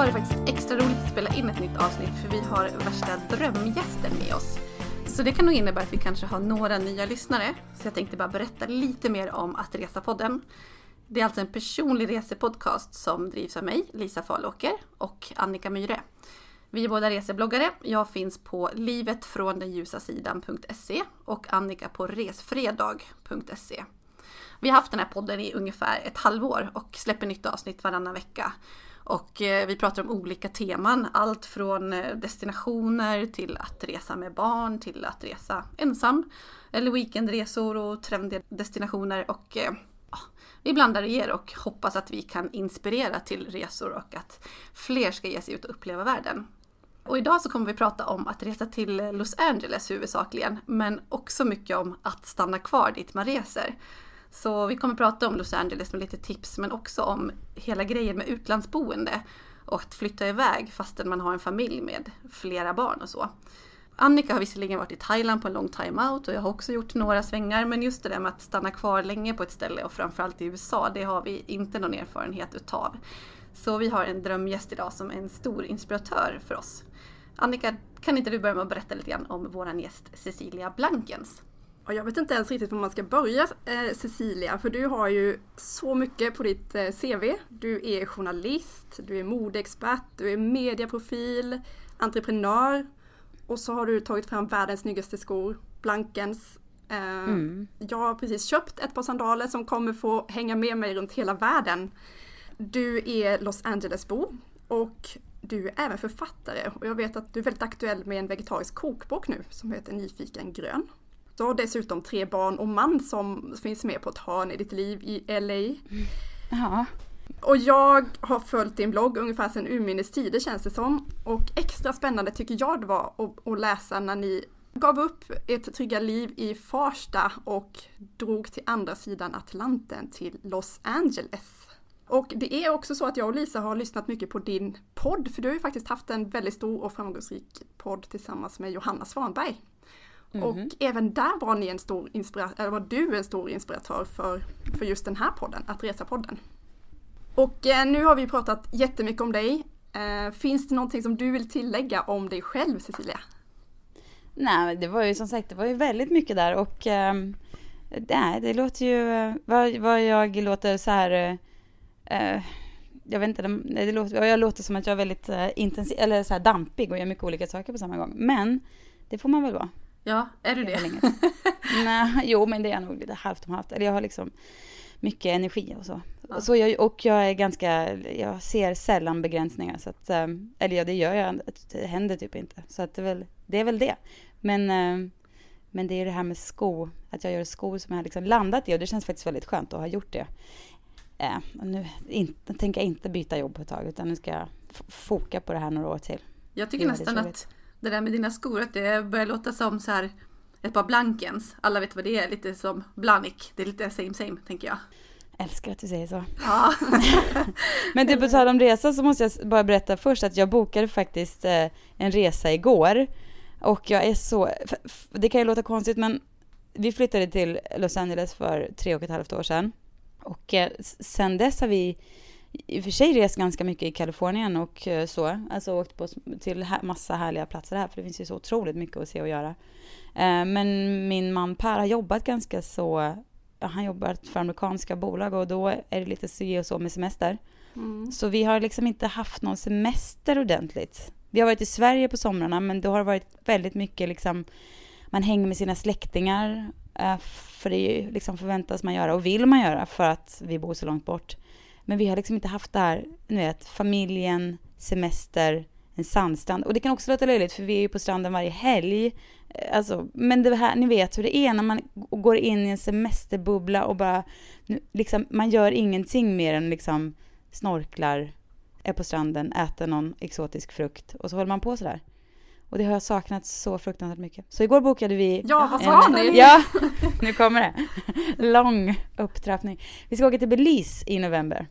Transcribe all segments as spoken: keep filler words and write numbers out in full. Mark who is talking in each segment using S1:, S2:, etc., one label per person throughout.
S1: Idag är det faktiskt extra roligt att spela in ett nytt avsnitt för vi har värsta drömgästen med oss. Så det kan nog innebära att vi kanske har några nya lyssnare. Så jag tänkte bara berätta lite mer om Att resa-podden. Det är alltså en personlig resepodcast som drivs av mig, Lisa Falåker, och Annika Myhre. Vi är båda resebloggare. Jag finns på livetfråndenljusasidan punkt se och Annika på resfredag punkt se. Vi har haft den här podden i ungefär ett halvår och släpper nytt avsnitt varannan vecka. Och vi pratar om olika teman, allt från destinationer till att resa med barn, till att resa ensam, eller weekendresor och trendiga destinationer. Och ja, vi blandar och ger och hoppas att vi kan inspirera till resor och att fler ska ge sig ut och uppleva världen. Och idag så kommer vi prata om att resa till Los Angeles huvudsakligen, men också mycket om att stanna kvar dit man reser. Så vi kommer prata om Los Angeles med lite tips, men också om hela grejen med utlandsboende och att flytta iväg fastän man har en familj med flera barn och så. Annika har visserligen varit i Thailand på en lång time-out och jag har också gjort några svängar, men just det där med att stanna kvar länge på ett ställe och framförallt i U S A, det har vi inte någon erfarenhet utav. Så vi har en drömgäst idag som är en stor inspiratör för oss. Annika, kan inte du börja med att berätta lite grann om våran gäst Cecilia Blankens?
S2: Och jag vet inte ens riktigt var man ska börja, eh, Cecilia, för du har ju så mycket på ditt eh, C V. Du är journalist, du är modeexpert, du är mediaprofil, entreprenör och så har du tagit fram världens snyggaste skor, Blankens. Eh, mm. Jag har precis köpt ett par sandaler som kommer få hänga med mig runt hela världen. Du är Los Angeles-bo och du är även författare och jag vet att du är väldigt aktuell med en vegetarisk kokbok nu som heter Nyfiken grön. Du har dessutom tre barn och man som finns med på ett hörn i ditt liv i L A. Mm.
S3: Ja.
S2: Och jag har följt din blogg ungefär sedan urminnes tider känns det som. Och extra spännande tycker jag det var att, att läsa när ni gav upp ett trygga liv i Farsta och drog till andra sidan Atlanten till Los Angeles. Och det är också så att jag och Lisa har lyssnat mycket på din podd, för du har ju faktiskt haft en väldigt stor och framgångsrik podd tillsammans med Johanna Svanberg. Mm-hmm. Och även där var, ni en stor inspira- eller var du en stor inspiratör för, för just den här podden, Att resa-podden. Och eh, nu har vi pratat jättemycket om dig. Eh, finns det någonting som du vill tillägga om dig själv, Cecilia?
S3: Nej, det var ju som sagt, det var ju väldigt mycket där och eh, det, det låter ju, vad, vad jag låter så här... Uh, jag vet inte, det, det låter, jag låter som att jag är väldigt uh, intensiv eller så här dampig och gör mycket olika saker på samma gång. Men det får man väl vara.
S1: Ja, är du det?
S3: det? Nej, jo, men det är jag nog lite halvt om halvt. Eller jag har liksom mycket energi och så. Ja. så jag, och jag är ganska, jag ser sällan begränsningar. Så att, um, eller ja, det gör jag, det händer typ inte. Så att det, är väl, det är väl det. Men, uh, men det är det här med sko, att jag gör skor som jag har liksom landat i och det känns faktiskt väldigt skönt att ha gjort det. Äh, nu inte, tänker jag inte byta jobb på ett tag utan nu ska jag f- foka på det här några år till.
S1: Jag tycker nästan att det där med dina skor att det börjar låta som så här ett par Blankens. Alla vet vad det är, lite som Blanik. Det är lite same same tänker jag.
S3: Älskar att du säger så.
S1: Ja.
S3: Men det på tal om resa så måste jag bara berätta först att jag bokade faktiskt eh, en resa igår. Och jag är så, f- det kan ju låta konstigt men vi flyttade till Los Angeles för tre och ett halvt år sedan. Och eh, sen dess har vi i och för sig rest ganska mycket i Kalifornien och eh, så. Alltså åkt på, till här, massa härliga platser här. För det finns ju så otroligt mycket att se och göra. Eh, men min man Per har jobbat ganska så... Ja, han jobbar för amerikanska bolag och då är det lite så och så med semester. Mm. Så vi har liksom inte haft någon semester ordentligt. Vi har varit i Sverige på somrarna men då har det varit väldigt mycket liksom... Man hänger med sina släktingar... För det liksom förväntas man göra och vill man göra för att vi bor så långt bort. Men vi har liksom inte haft det här, nu vet, familjen, semester, en sandstrand. Och det kan också låta löjligt för vi är ju på stranden varje helg. Alltså, men det här, ni vet hur det är när man går in i en semesterbubbla och bara, liksom, man gör ingenting mer än liksom snorklar, är på stranden, äter någon exotisk frukt och så håller man på sådär. Och det har jag saknat så fruktansvärt mycket. Så igår bokade vi...
S2: Ja, vad sa ni?
S3: Ja, nu kommer det. Lång upptrappning. Vi ska åka till Belize i november.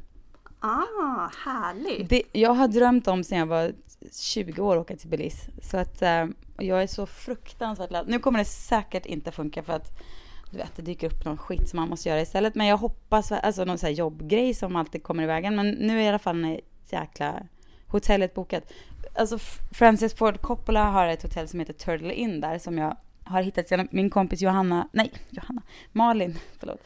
S2: Ah, härligt.
S3: Det, jag har drömt om sedan jag var tjugo år att åka till Belize. Så att äh, jag är så fruktansvärt ladd. Nu kommer det säkert inte funka för att du vet, det dyker upp någon skit som man måste göra istället. Men jag hoppas, alltså någon sån här jobbgrej som alltid kommer i vägen. Men nu är det i alla fall en jäkla hotellet bokat. Alltså Francis Ford Coppola har ett hotell som heter Turtle Inn där, som jag har hittat genom min kompis Johanna, nej Johanna, Malin, förlåt,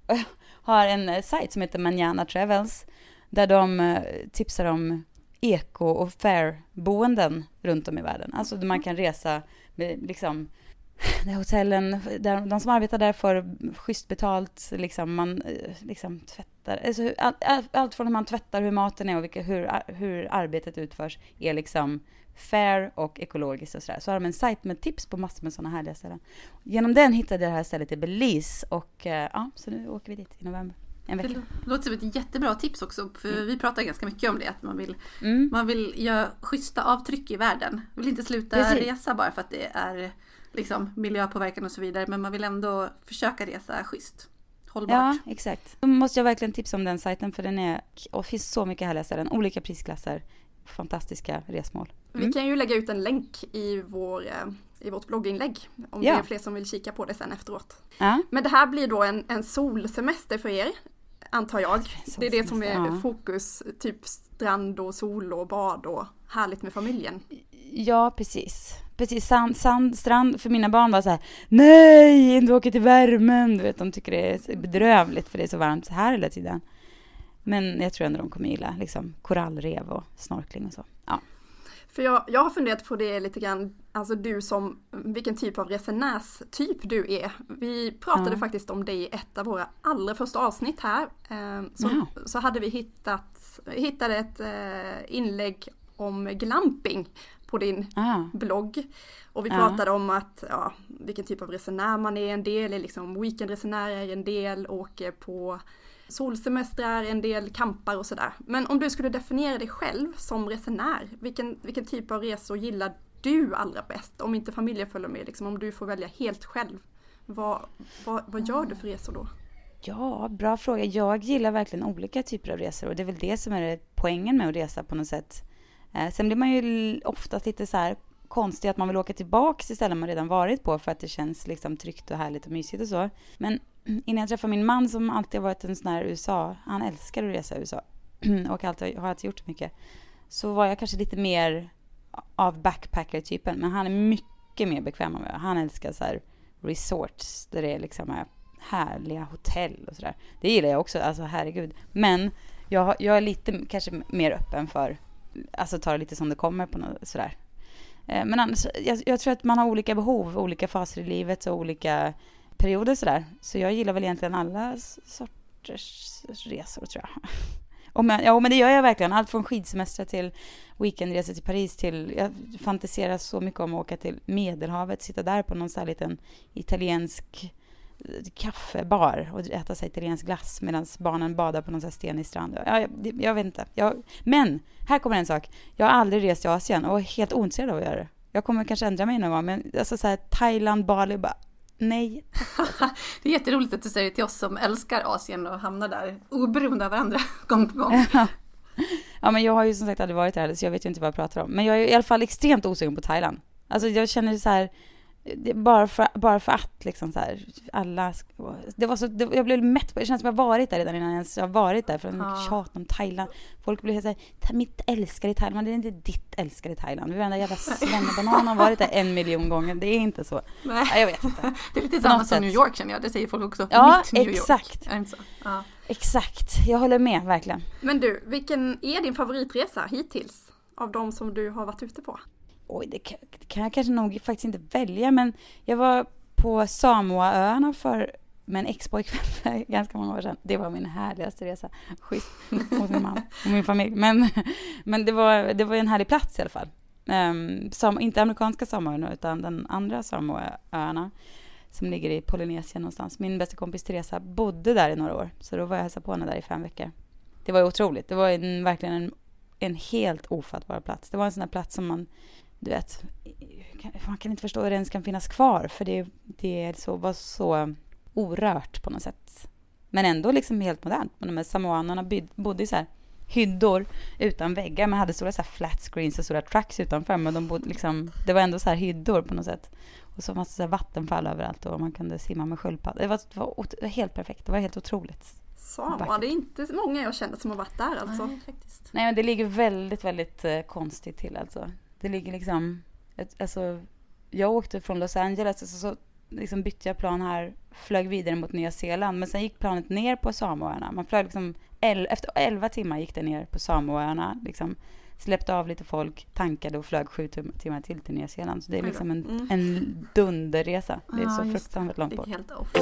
S3: har en sajt som heter Manana Travels, där de tipsar om eko- och fair-boenden runt om i världen. Alltså där man kan resa med liksom, där hotellen, där de som arbetar där får schysst betalt, liksom man liksom tvättar, alltså allt, allt från hur man tvättar, hur maten är och vilka, hur, hur arbetet utförs är liksom fair och ekologiskt och sådär. Så har de en sajt med tips på massor med sådana härliga ställen. Genom den hittade jag det här stället i Belize och ja, så nu åker vi dit i november. En vecka.
S1: Det låter som ett jättebra tips också, för mm. vi pratar ganska mycket om det, att man vill,
S3: mm.
S1: man vill göra schyssta avtryck i världen. Vill inte sluta Precis. resa bara för att det är liksom miljöpåverkan och så vidare, men man vill ändå försöka resa schysst. Hållbart.
S3: Ja, exakt. Då måste jag verkligen tipsa om den sajten, för den är, och finns så mycket härliga ställen, olika prisklasser, fantastiska resmål.
S2: Mm. Vi kan ju lägga ut en länk i, vår, i vårt blogginlägg om ja. det är fler som vill kika på det sen efteråt.
S3: Ja.
S2: Men det här blir då en, en solsemester för er, antar jag. Det är det som är ja. fokus, typ strand och sol och bad och härligt med familjen.
S3: Ja, precis. Precis, sand, sand, strand, för mina barn var så här: nej, inte åka till värmen. Du vet, de tycker det är bedrövligt för det är så varmt så här hela tiden. Men jag tror ändå de kommer gilla liksom korallrev och snorkling och så. Ja.
S2: För jag, jag har funderat på det lite grann, alltså du som, vilken typ av resenärstyp du är. Vi pratade ja. faktiskt om det i ett av våra allra första avsnitt här. Eh, så, ja. så hade vi hittat hittade ett eh, inlägg om glamping på din ah. blogg. Och vi pratade ah. om att ja, vilken typ av resenär man är. En del är liksom weekendresenärer, en del åker på solsemestrar, en del campar och sådär. Men om du skulle definiera dig själv som resenär, vilken, vilken typ av resor gillar du allra bäst? Om inte familjen följer med, liksom, om du får välja helt själv. Vad, vad, vad gör du för resor då?
S3: Ja, bra fråga. Jag gillar verkligen olika typer av resor, och det är väl det som är poängen med att resa på något sätt. Eh, sen blir man ju oftast lite så här konstigt att man vill åka tillbaka till ställen man redan varit på för att det känns liksom tryggt och härligt och mysigt och så. Men innan jag träffade min man, som alltid har varit en sån här U S A, han älskar att resa i U S A och alltid, har alltid gjort mycket, så var jag kanske lite mer av backpacker-typen, men han är mycket mer bekväm med mig. Han älskar så här resorts där det är liksom är härliga hotell och sådär. Det gillar jag också, alltså herregud. Men jag, jag är lite kanske mer öppen för, alltså ta det lite som det kommer på något sådär. Men annars, jag, jag tror att man har olika behov, olika faser i livet och olika perioder sådär. Så jag gillar väl egentligen alla sorters resor, tror jag. Och men, ja, men det gör jag verkligen. Allt från skidsemester till weekendresor till Paris till, jag fantiserar så mycket om att åka till Medelhavet, sitta där på någon sån här liten italiensk kaffebar och äta sig italiensk glass medan barnen badar på någon sån här stenig strand. Ja, jag, jag vet inte. Jag, men här kommer en sak. Jag har aldrig rest i Asien och är helt ointresserad av att göra det. Jag kommer kanske ändra mig någon gång, men alltså så här Thailand, Bali, bara nej.
S1: Det är jätteroligt att du säger till oss som älskar Asien och hamnar där oberoende av varandra gång på gång.
S3: Ja. Ja, men jag har ju som sagt aldrig varit där, så jag vet ju inte vad jag pratar om. Men jag är i alla fall extremt osugen på Thailand. Alltså jag känner så här, bara för, bara för att liksom så här, alla, det var så, det, jag blev mätt på, det känns som jag varit där redan innan jag ens har varit där, för en mycket tjat om Thailand. Folk blir så här, mitt älskar i Thailand, det är inte ditt älskar i Thailand. Vi varenda jävla svennebanan har varit där en miljon gånger, det är inte så.
S1: Nej.
S3: Ja, jag vet inte.
S1: Det är lite samma som sätt. New York, känner jag, det säger folk också.
S3: Ja,
S1: mitt New
S3: exakt.
S1: York. Är det inte så? Ja.
S3: Exakt, jag håller med, verkligen.
S2: Men du, vilken är din favoritresa hittills av de som du har varit ute på?
S3: Oj, det kan, det kan jag kanske nog faktiskt inte välja, men jag var på Samoaöarna för med en ex-pojkvän för ganska många år sedan. Det var min härligaste resa. Schysst mot min man och min familj. Men, men det, var, det var en härlig plats i alla fall. Um, som, inte amerikanska Samoaöarna utan den andra Samoaöarna som ligger i Polynesien någonstans. Min bästa kompis Teresa bodde där i några år, så då var jag hälsade på henne där i fem veckor. Det var otroligt. Det var en, verkligen en, en helt ofattbar plats. Det var en sån här plats som man, du vet, man kan inte förstå hur den ens kan finnas kvar, för det, det så, var så orört på något sätt. Men ändå liksom helt modernt. De här samoanerna bodde så här hyddor utan väggar. Man hade stora så här flat screens och stora trucks utanför. Men de bodde liksom, det var ändå så här hyddor på något sätt. Och så massa så här vattenfall överallt och man kunde simma med sköldpaddor. Det var, det var helt perfekt. Det var helt otroligt.
S2: Samar, det är inte många jag känner som har varit där alltså.
S1: Nej, faktiskt.
S3: Nej, men det ligger väldigt, väldigt eh, konstigt till alltså. Det ligger liksom, ett, alltså, jag åkte från Los Angeles och så, så liksom bytte jag plan här, flög vidare mot Nya Zeeland, men sen gick planet ner på Samoöarna. Man flög liksom, el, efter elva timmar gick det ner på Samoöarna, liksom släppte av lite folk, tankade och flög sju timmar till till Nya Zeeland. Så det är liksom en, mm. en dunderresa. Det är ah, så fruktansvärt långt bort.
S1: Helt off.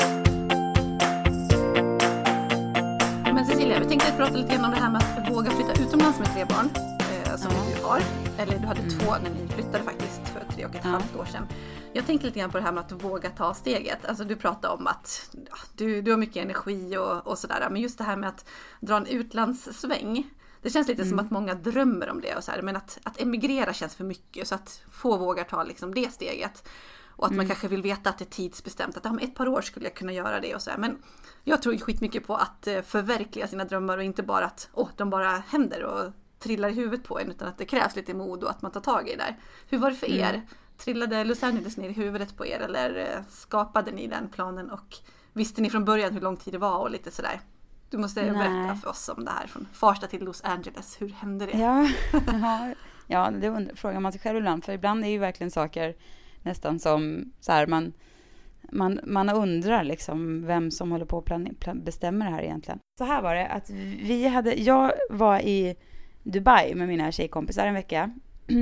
S1: Men Cecilia, vi tänkte prata lite grann om det här med att våga flytta utomlands med tre barn. Eh, som ja. du har. Eller du hade mm. två när ni flyttade faktiskt för tre och ett ja. halvt år sedan. Jag tänkte lite grann på det här med att våga ta steget. Alltså du pratade om att ja, du, du har mycket energi och, och sådär. Men just det här med att dra en utlandssväng. Det känns lite mm. som att många drömmer om det. Och så här, men att, att emigrera känns för mycket. Så att få våga ta liksom det steget. Och att mm. man kanske vill veta att det är tidsbestämt. Att om ett par år skulle jag kunna göra det och så här. Men jag tror ju skitmycket på att förverkliga sina drömmar. Och inte bara att åh, de bara händer och trillar i huvudet på en. Utan att det krävs lite mod och att man tar tag i det där. Hur var det för er? Mm. Trillade Los Angeles ner i huvudet på er? Eller skapade ni den planen? Och visste ni från början hur lång tid det var och lite sådär? Du måste Nej. berätta för oss om det här. Från Farsta till Los Angeles. Hur hände det?
S3: Ja, ja, ja det und- frågar man sig själv ibland. För ibland är ju verkligen saker nästan som så här, man, man, man undrar liksom vem som håller på att plan- plan- bestämmer det här egentligen. Så här var det att vi hade, jag var i Dubai med mina tjejkompisar en vecka.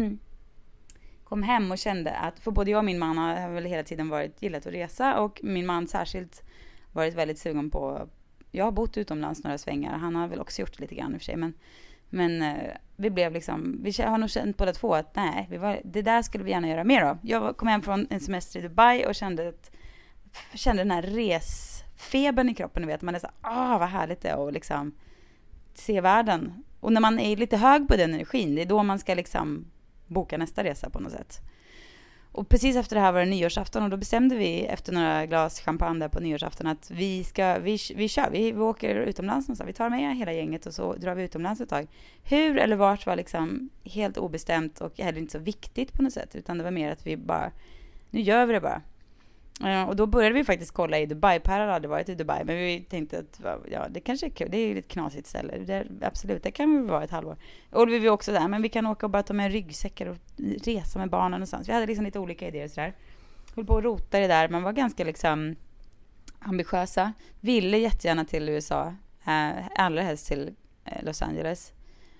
S3: Kom hem och kände att, för både jag och min man har väl hela tiden varit gillat att resa och min man särskilt varit väldigt sugen på, jag har bott utomlands några svängar, han har väl också gjort det lite grann i och för sig, men, men eh, vi blev liksom, vi har nog känt båda två att nej, vi var, det där skulle vi gärna göra mer av. Jag kom hem från en semester i Dubai och kände, att, kände den här resfebern i kroppen, du vet, man är så, ah vad härligt det är och liksom se världen. Och när man är lite hög på den energin, det är då man ska liksom boka nästa resa på något sätt. Och precis efter det här var det nyårsafton och då bestämde vi efter några glas champagne där på nyårsafton att vi ska, vi, vi kör, vi, vi åker utomlands någonstans. Vi tar med hela gänget och så drar vi utomlands ett tag. Hur eller vart var liksom helt obestämt och heller inte så viktigt på något sätt, utan det var mer att vi bara, nu gör vi det bara. Och då började vi faktiskt kolla i Dubai. Per hade aldrig varit i Dubai, men vi tänkte att ja, det kanske är kul. Det är ju ett knasigt ställe. Det, absolut, det kan vi vara ett halvår. Och vi var också där, men vi kan åka och bara ta med ryggsäckar och resa med barnen någonstans. Vi hade liksom lite olika idéer sådär. Höll på att rota det där. Man var ganska liksom ambitiösa. Ville jättegärna till U S A. Eh, allra helst till eh, Los Angeles.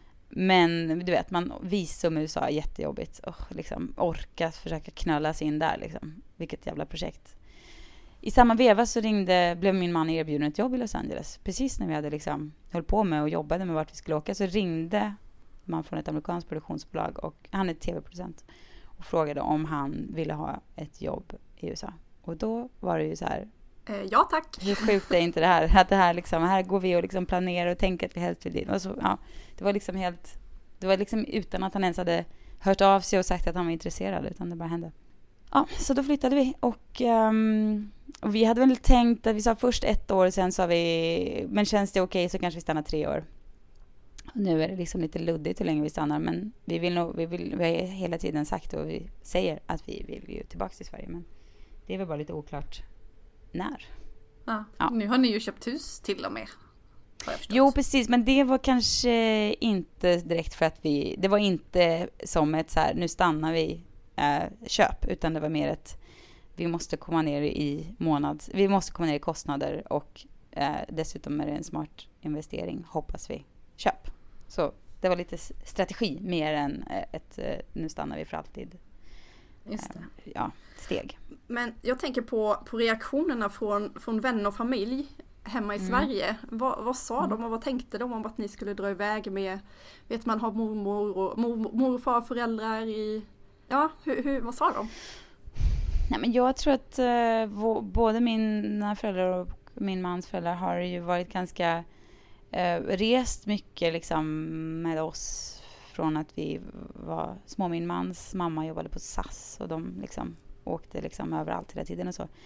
S3: Men du vet, man visum i U S A är jättejobbigt. Och liksom orka försöka knöla sig in där liksom. Vilket jävla projekt. I samma veva så ringde, blev min man erbjuden ett jobb i Los Angeles. Precis när vi hade liksom höll på med och jobbade med vart vi skulle åka så ringde man från ett amerikanskt produktionsbolag och han är tv-producent och frågade om han ville ha ett jobb i U S A. Och då var det ju så här,
S2: eh, ja tack.
S3: Hur sjukt är inte det här? Att det här liksom, här går vi och liksom planerar och tänker att vi helst vill dit. Och så, ja, det var liksom helt, det var liksom utan att han ens hade hört av sig och sagt att han var intresserad, utan det bara hände. Ja, så då flyttade vi och, um, och vi hade väl tänkt att vi sa först ett år, sen sa vi, men känns det okej så kanske vi stannar tre år. Och nu är det liksom lite luddigt hur länge vi stannar, men vi vill nog, vi, vill, vi har hela tiden sagt och vi säger att vi vill ju tillbaka till Sverige, men det är väl bara lite oklart när.
S1: Ja, ja. Nu har ni ju köpt hus till och med.
S3: Jo, precis, men det var kanske inte direkt för att vi, det var inte som ett så här, nu stannar vi, äh, köp, utan det var mer ett, vi måste komma ner i månads, vi måste komma ner i kostnader och äh, dessutom är det en smart investering, hoppas vi, köp. Så det var lite strategi mer än ett, äh, nu stannar vi för alltid.
S1: Just det.
S3: Äh, ja, steg.
S2: Men jag tänker på, på reaktionerna från, från vänner och familj hemma i mm. Sverige. Vad, vad sa mm. de och vad tänkte de om att ni skulle dra iväg med, vet man har mormor och mor, morfar och föräldrar i, ja, hur, hur, vad sa de?
S3: Nej, men jag tror att eh, v- både mina föräldrar och min mans föräldrar har ju varit ganska eh, rest mycket liksom med oss från att vi var små. Min mans mamma jobbade på S A S och de liksom åkte liksom överallt hela tiden och så.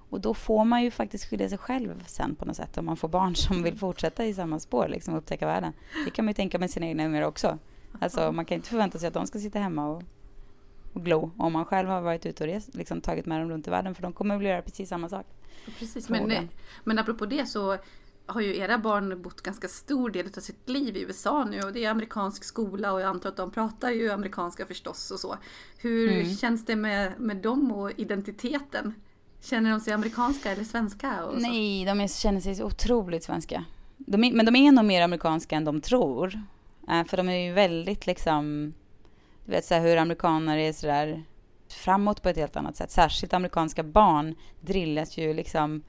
S3: Och då får man ju faktiskt skilja sig själv sen på något sätt. Om man får barn som vill fortsätta i samma spår, liksom upptäcka världen. Det kan man ju tänka med sina egna ungar också. Alltså man kan inte förvänta sig att de ska sitta hemma och, och glo. Om man själv har varit ute och rest, liksom tagit med dem runt i världen. För de kommer att göra precis samma sak.
S1: Precis, men, men apropå det så har ju era barn bott ganska stor del av sitt liv i U S A nu. Och det är amerikansk skola och jag antar att de pratar ju amerikanska förstås och så. Hur mm. känns det med, med dem och identiteten? Känner de sig amerikanska eller svenska? Och så?
S3: Nej, de är, känner sig så otroligt svenska. De är, men de är nog mer amerikanska än de tror. Äh, för de är ju väldigt liksom, du vet så här, hur amerikaner är så där framåt på ett helt annat sätt. Särskilt amerikanska barn drillas ju liksom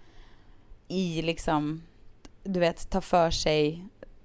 S3: i liksom, du vet, ta för sig,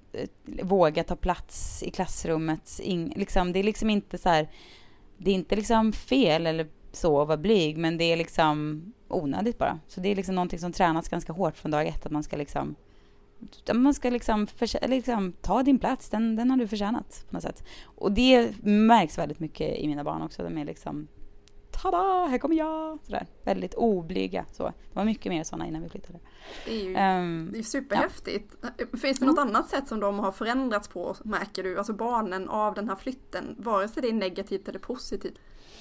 S3: våga ta plats i klassrummet. In, liksom, det är liksom inte så här, det är inte liksom fel eller så att vara blyg, men det är liksom onödigt bara. Så det är liksom någonting som tränas ganska hårt från dag ett, att man ska liksom man ska liksom, för, liksom ta din plats, den, den har du förtjänat på något sätt. Och det märks väldigt mycket i mina barn också. De är liksom, tada, här kommer jag. Sådär. Väldigt oblyga. Så. Det var mycket mer sådana innan vi flyttade.
S2: Det är ju
S3: um,
S2: det är superhäftigt. Ja. Finns det något mm. annat sätt som de har förändrats på, märker du? Alltså barnen av den här flytten, vare sig det är negativt eller positivt?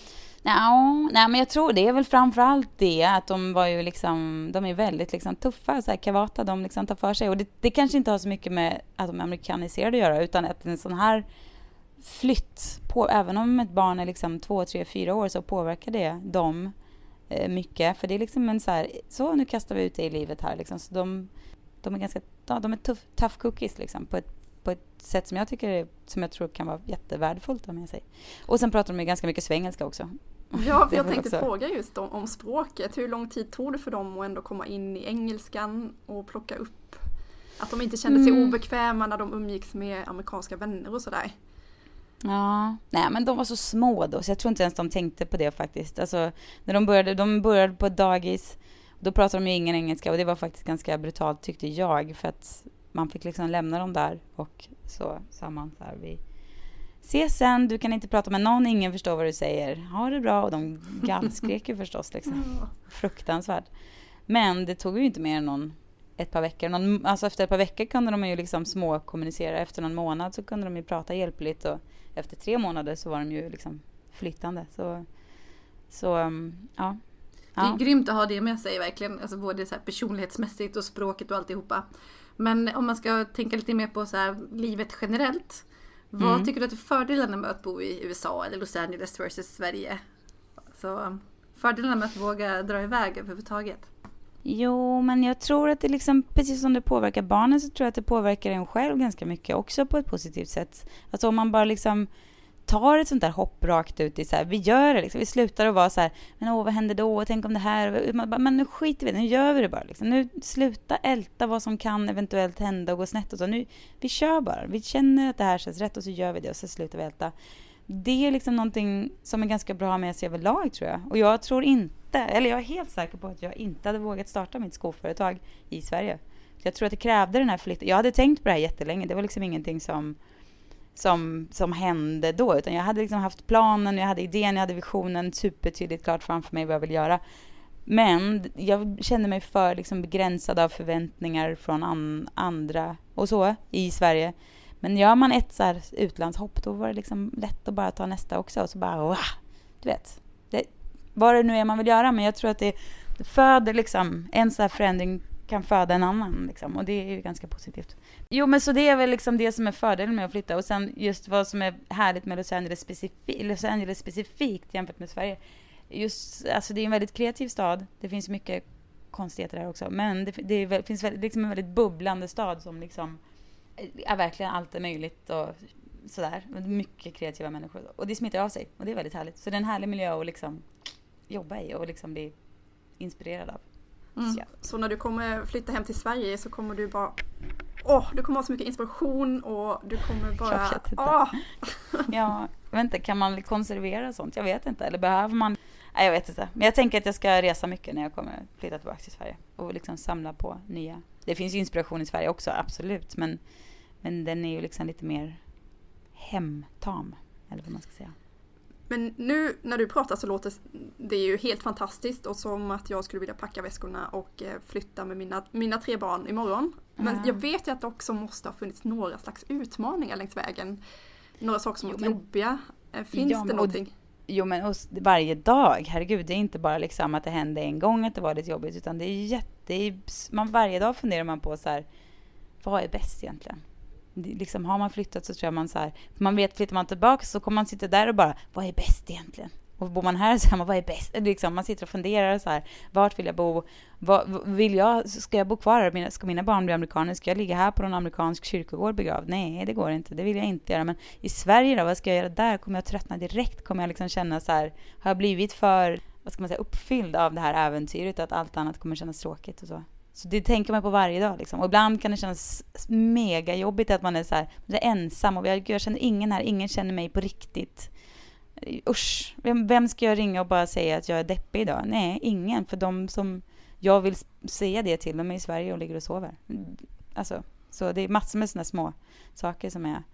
S3: No, nej, men jag tror det är väl framförallt det att de var ju liksom, de är väldigt liksom tuffa, så här kavata, de liksom tar för sig. Och det, det kanske inte har så mycket med att de är amerikaniserade att göra, utan att en sån här flytt, på, även om ett barn är liksom två, tre, fyra år, så påverkar det dem eh, mycket. För det är liksom en så här, så nu kastar vi ut det i livet här liksom. Så de, de är ganska, de är tuff, tough cookies liksom, på ett på ett sätt som jag tycker, som jag tror kan vara jättevärdefullt att ha med sig. Och sen pratar de ju ganska mycket svengelska också.
S2: Ja, för jag tänkte också fråga just om, om språket. Hur lång tid tog det för dem att ändå komma in i engelskan och plocka upp? Att de inte kände sig mm. obekväma när de umgicks med amerikanska vänner och sådär.
S3: Ja, nej men de var så små då, så jag tror inte ens de tänkte på det faktiskt. Alltså, när de började, de började på ett dagis, då pratade de ju ingen engelska, och det var faktiskt ganska brutalt tyckte jag, för att man fick liksom lämna dem där, och så sa man så här, vi ses sen, du kan inte prata med någon, ingen förstår vad du säger. Ha det bra. Och de gallskrek ju förstås liksom. Fruktansvärt. Men det tog ju inte mer än någon, ett par veckor. Någon, alltså efter ett par veckor kunde de ju liksom små kommunicera. Efter någon månad så kunde de ju prata hjälpligt, och efter tre månader så var de ju liksom flyttande. Så, så um, ja.
S1: Det är ja. grymt att ha det med sig verkligen. Alltså både så här personlighetsmässigt och språket och alltihopa. Men om man ska tänka lite mer på så här livet generellt. Vad mm. tycker du att är fördelarna med att bo i U S A eller Los Angeles versus Sverige? Så fördelarna med att våga dra iväg överhuvudtaget.
S3: Jo, men jag tror att det liksom, precis som det påverkar barnen, så tror jag att det påverkar en själv ganska mycket också på ett positivt sätt. Alltså om man bara liksom tar ett sånt där hopp rakt ut i så här, vi gör det liksom, vi slutar att vara så här, men åh vad händer då, tänk om det här, man bara, men nu skiter vi nu gör vi det bara liksom. Nu sluta älta vad som kan eventuellt hända och gå snett och så, nu, vi kör bara, vi känner att det här känns rätt och så gör vi det och så slutar vi älta. Det är liksom någonting som är ganska bra med sig överlag tror jag, och jag tror inte, eller jag är helt säker på att jag inte hade vågat starta mitt skoföretag i Sverige. Så jag tror att det krävde den här flytten, jag hade tänkt på det här jättelänge, det var liksom ingenting som Som, som hände då, utan jag hade liksom haft planen, jag hade idén, jag hade visionen supertydligt klart framför mig vad jag vill göra. Men jag kände mig för liksom begränsad av förväntningar från an, andra och så i Sverige. Men gör man ett så här utlandshopp, då var det liksom lätt att bara ta nästa också, och så bara, wow, du vet, det, vad det nu är man vill göra. Men jag tror att det, det föder liksom, en så här förändring kan föda en annan liksom, och det är ju ganska positivt. Jo, men så det är väl liksom det som är fördelen med att flytta, och sen just vad som är härligt med Los Angeles, specif- Los Angeles specifikt jämfört med Sverige. Just, alltså det är en väldigt kreativ stad, det finns mycket konstigheter där också, men det, det, är, det finns väldigt, liksom en väldigt bubblande stad som liksom är verkligen allt är möjligt och sådär, mycket kreativa människor, och det smittar av sig, och det är väldigt härligt. Så det är en härlig miljö att liksom jobba i och liksom bli inspirerad av.
S2: Mm. Så, ja. Så när du kommer flytta hem till Sverige så kommer du bara, åh, du kommer ha så mycket inspiration, och du kommer bara,
S3: jag vet inte.
S2: åh.
S3: Ja, jag vet inte, kan man konservera sånt? Jag vet inte, eller behöver man? Nej, jag vet inte. Men jag tänker att jag ska resa mycket när jag kommer flytta tillbaka till Sverige och liksom samla på nya. Det finns ju inspiration i Sverige också, absolut, men men den är ju liksom lite mer hemtam, eller vad man ska säga.
S2: Men nu när du pratar så låter det ju helt fantastiskt och som att jag skulle vilja packa väskorna och flytta med mina, mina tre barn imorgon. Men mm. jag vet ju att det också måste ha funnits några slags utmaningar längs vägen. Några saker som jo, men, är jobbiga. Finns ja, det någonting?
S3: Och, jo men och varje dag, herregud, det är inte bara liksom att det hände en gång att det var lite jobbigt, utan det är jätte, man, varje dag funderar man på så här, vad är bäst egentligen? Liksom, har man flyttat så tror jag man så här, man vet, flyttar man tillbaka så kommer man sitta där och bara, vad är bäst egentligen? Och bor man här så här, vad är bäst? Liksom, man sitter och funderar så här, vart vill jag bo? Vad, vill jag, ska jag bo kvar här? Ska mina barn bli amerikaner? Ska jag ligga här på någon amerikansk kyrkogård begravd? Nej, det går inte. Det vill jag inte göra. Men i Sverige då, vad ska jag göra där? Kommer jag tröttna direkt? Kommer jag liksom känna så här, har jag blivit för, vad ska man säga, uppfylld av det här äventyret, att allt annat kommer kännas tråkigt och så? Så det tänker man på varje dag liksom. Och ibland kan det kännas mega jobbigt att man är så här, man är ensam och jag, jag känner ingen här, ingen känner mig på riktigt. Usch, vem, vem ska jag ringa och bara säga att jag är deppig idag? Nej, ingen, för de som jag vill säga det till, de är i Sverige och ligger och sover. Alltså, så det är massor med såna små saker som är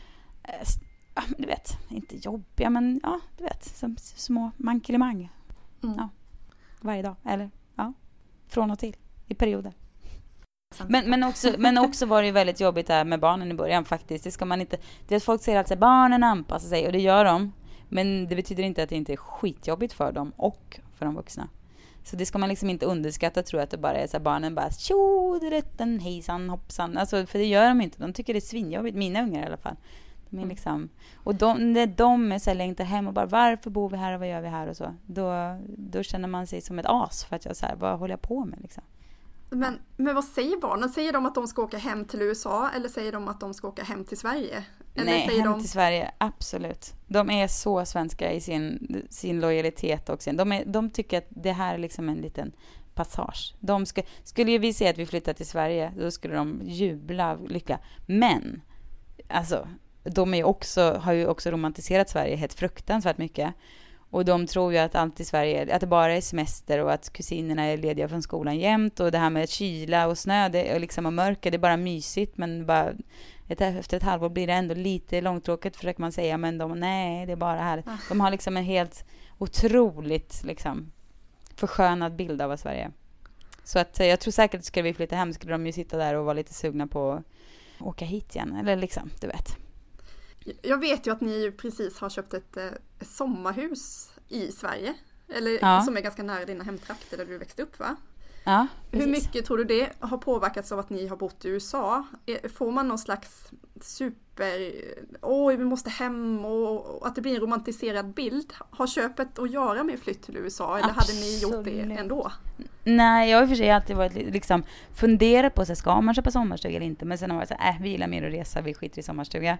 S3: äh, du vet, inte jobbiga, men ja, du vet, som små mankelimang. Mm. Ja, varje dag, eller ja, från och till. I perioder. Men, men, också, men också var det väldigt jobbigt där med barnen i början faktiskt. Det ska man inte, det är att folk säger att barnen anpassar sig, och det gör de. Men det betyder inte att det inte är skitjobbigt för dem och för de vuxna. Så det ska man liksom inte underskatta, tror jag, att det bara är så här, barnen bara tjo, rätten, hejsan, hoppsan. Alltså, för det gör de inte. De tycker det är svinjobbigt, mina ungar i alla fall. De är liksom, och de, när de är så här, längtar hem och bara, varför bor vi här och vad gör vi här och så. Då, då känner man sig som ett as, för att jag så här, vad håller jag på med liksom.
S2: Men, men vad säger barnen? Säger de att de ska åka hem till U S A eller säger de att de ska åka hem till Sverige? Eller
S3: Nej,
S2: säger
S3: hem
S2: de...
S3: till Sverige, absolut. De är så svenska i sin, sin lojalitet också. De, är, de tycker att det här är liksom en liten passage. De ska, skulle ju vi säga att vi flyttar till Sverige, då skulle de jubla lycka. Men, alltså, de är också, har ju också romantiserat Sverige helt fruktansvärt mycket. Och de tror ju att allt i Sverige, att det bara är semester och att kusinerna är lediga från skolan jämt. Och det här med kyla och snö det, och, liksom, och mörker, det är bara mysigt. Men bara ett, efter ett halvår blir det ändå lite långtråkigt, försöker man säga. Men de, nej, det är bara här. De har liksom en helt otroligt liksom, förskönad bild av Sverige. Så att jag tror säkert att ska vi flytta hem skulle de ju sitta där och vara lite sugna på att åka hit igen. Eller liksom, du vet.
S2: Jag vet ju att ni precis har köpt ett, ett sommarhus i Sverige. Eller
S3: ja.
S2: Som är ganska nära dina hemtrakter där du växte upp, va?
S3: Ja,
S2: hur mycket tror du det har påverkats av att ni har bott i U S A? Får man någon slags super, oj vi måste hem, och, och att det blir en romantiserad bild? Har köpet att göra med flytt till U S A? Eller Absolut. Hade ni gjort det ändå?
S3: Nej, jag har i och för sig alltid varit liksom funderat på så ska man köpa sommarstuga eller inte. Men sen har jag varit så här, äh, vi gillar mer att resa, vi skiter i sommarstuga.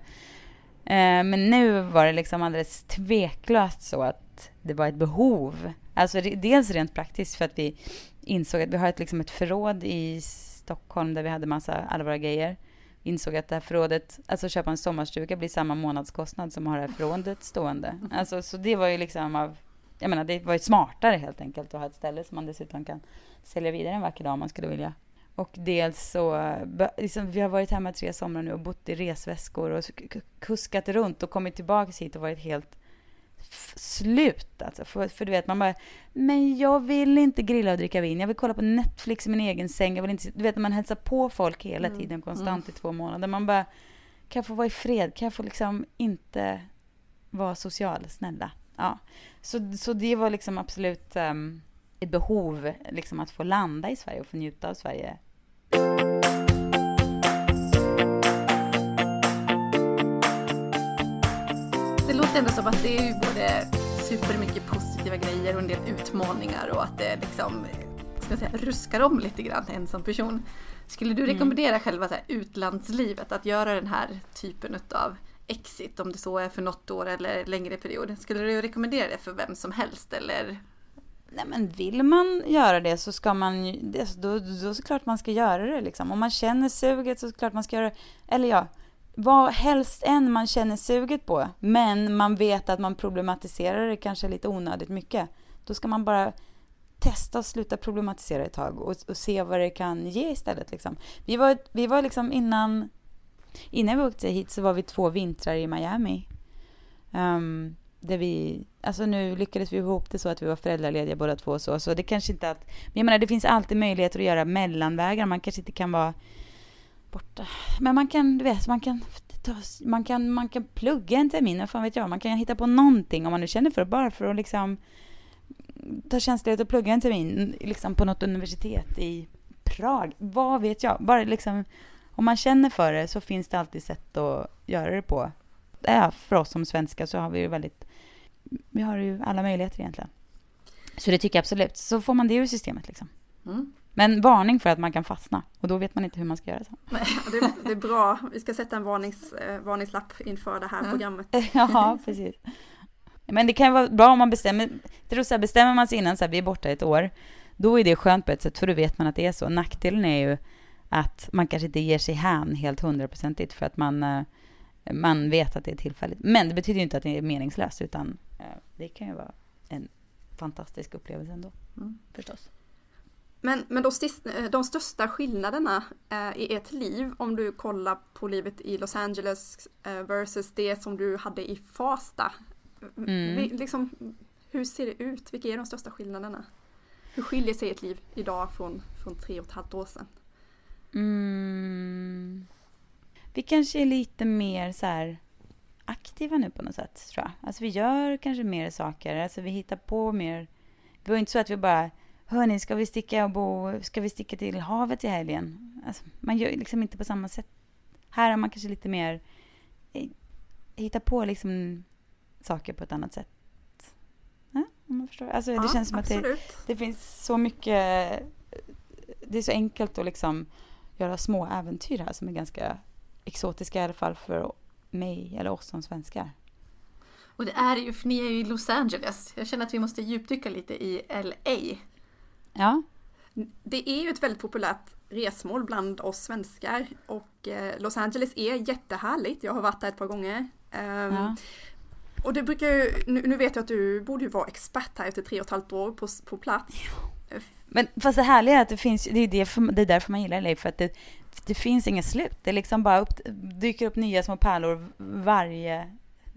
S3: Men nu var det liksom alldeles tveklöst så att det var ett behov. Alltså dels rent praktiskt för att vi insåg att vi har ett, liksom ett förråd i Stockholm där vi hade massa, alla våra grejer. Vi insåg att det här förrådet, alltså köpa en sommarstuga blir samma månadskostnad som har det här förrådet stående. Alltså så det var ju liksom av, jag menar det var ju smartare helt enkelt att ha ett ställe som man dessutom kan sälja vidare en vacker dag om man skulle vilja. Och dels så, liksom, vi har varit hemma tre somrar nu och bott i resväskor och kuskat runt och kommit tillbaka hit och varit helt f- slut. Alltså. För, för du vet, man bara, men jag vill inte grilla och dricka vin. Jag vill kolla på Netflix i min egen säng. Jag vill inte, du vet, man hälsar på folk hela tiden mm. konstant mm. i två månader. Man bara, kan jag få vara i fred? Kan jag få liksom inte vara social? Snälla. Ja. Så, så det var liksom absolut... Um, ett behov liksom att få landa i Sverige och få njuta av Sverige.
S1: Det låter ändå som att det är ju både supermycket positiva grejer och en del utmaningar och att det liksom, ska jag säga, ruskar om lite grann en som person. Skulle du rekommendera mm. själva så här, utlandslivet att göra den här typen av exit, om det så är för något år eller längre period? Skulle du rekommendera det för vem som helst eller...
S3: Nej, men vill man göra det så ska man ju, då, då såklart man ska göra det liksom. Om man känner suget så såklart man ska göra det. Eller ja, vad helst än man känner suget på, men man vet att man problematiserar det kanske lite onödigt mycket. Då ska man bara testa och sluta problematisera ett tag och, och se vad det kan ge istället liksom. Vi var, vi var liksom innan innan vi åkte hit så var vi två vintrar i Miami. Um, där vi, alltså nu lyckades vi ihop det så att vi var föräldralediga båda två, så, så det kanske inte att, men jag menar det finns alltid möjligheter att göra mellanvägar, man kanske inte kan vara borta, men man kan, du vet, man kan ta, man kan, man kan plugga en termin, vad fan vet jag, man kan hitta på någonting om man nu känner för det, bara för att liksom ta tjänstledigt och plugga en termin liksom på något universitet i Prag, vad vet jag, bara liksom om man känner för det så finns det alltid sätt att göra det på. Ja, för oss som svenskar så har vi ju väldigt, vi har ju alla möjligheter egentligen. Så det tycker jag absolut. Så får man det ur systemet liksom.
S1: Mm.
S3: Men varning för att man kan fastna. Och då vet man inte hur man ska göra så.
S2: Nej, det, det är bra. Vi ska sätta en varnings, eh, varningslapp inför det här mm. programmet.
S3: Ja, precis. Men det kan ju vara bra om man bestämmer, det är så här, bestämmer man sig innan så här, vi är borta ett år. Då är det skönt på ett sätt, för då vet man att det är så. Nackdelen är ju att man kanske inte ger sig hän helt hundraprocentigt för att man, man vet att det är tillfälligt. Men det betyder ju inte att det är meningslöst, utan det kan ju vara en fantastisk upplevelse ändå, mm. förstås.
S2: Men, men de, de största skillnaderna eh, i ert liv, om du kollar på livet i Los Angeles eh, versus det som du hade i Farsta, mm. vi, liksom, hur ser det ut? Vilka är de största skillnaderna? Hur skiljer sig ett liv idag från, från tre och ett halvt år sedan?
S3: Mm. Vi kanske är lite mer så här aktiva nu på något sätt, tror jag. Alltså vi gör kanske mer saker, alltså vi hittar på mer. Det var inte så att vi bara, hörni, ska vi sticka och bo, ska vi sticka till havet i helgen? Alltså, man gör liksom inte på samma sätt. Här är man kanske lite mer hittar på liksom saker på ett annat sätt. Ja, om man förstår. Alltså det ja, känns som absolut. att det, det finns så mycket, det är så enkelt att liksom göra små äventyr här som är ganska exotiska, i alla fall för mig eller oss som svenskar.
S1: Och det är ju, för ni är ju i Los Angeles. Jag känner att vi måste djupdyka lite i L A.
S3: Ja.
S2: Det är ju ett väldigt populärt resmål bland oss svenskar. Och eh, Los Angeles är jättehärligt. Jag har varit där ett par gånger. Um, ja. Och det brukar ju, nu, nu vet jag att du borde ju vara expert här efter tre och ett halvt år på, på plats.
S3: Men fast det härliga är att det finns, det är, det för, det är därför man gillar L A, för att det, det finns inga slut. Det liksom bara upp, dyker upp nya små pärlor varje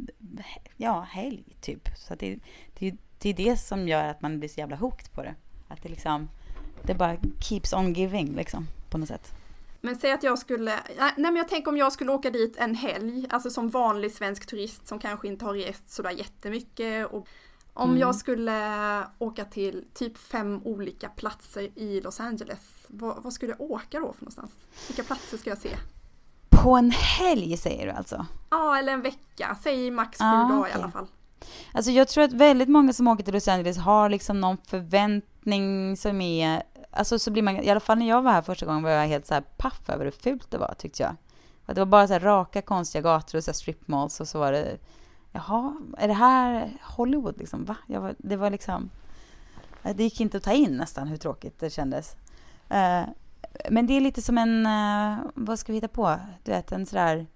S3: ja, helg typ. Så att det, det, det är det som gör att man blir så jävla hooked på det. Att det liksom, det bara keeps on giving liksom, på något sätt.
S2: Men säg att jag skulle, nej men jag tänker om jag skulle åka dit en helg, alltså som vanlig svensk turist som kanske inte har rest sådär jättemycket, och om mm. jag skulle åka till typ fem olika platser i Los Angeles, vad, vad skulle jag åka då för någonstans? Vilka platser ska jag se?
S3: På en helg säger du alltså?
S2: Ja, eller en vecka. Säg max sju
S3: ah,
S2: dagar
S3: okay.
S2: i alla fall.
S3: Alltså jag tror att väldigt många som åker till Los Angeles har liksom någon förväntning som är, alltså så blir man, i alla fall när jag var här första gången var jag helt så här paff över hur fult det var, tyckte jag. Att det var bara så här raka, konstiga gator och så här strip malls, och så var det, jaha, är det här Hollywood liksom, va? Jag var, det var liksom, det gick inte att ta in nästan hur tråkigt det kändes. Uh, men det är lite som en, uh, vad ska vi hitta på? Du vet, en sådär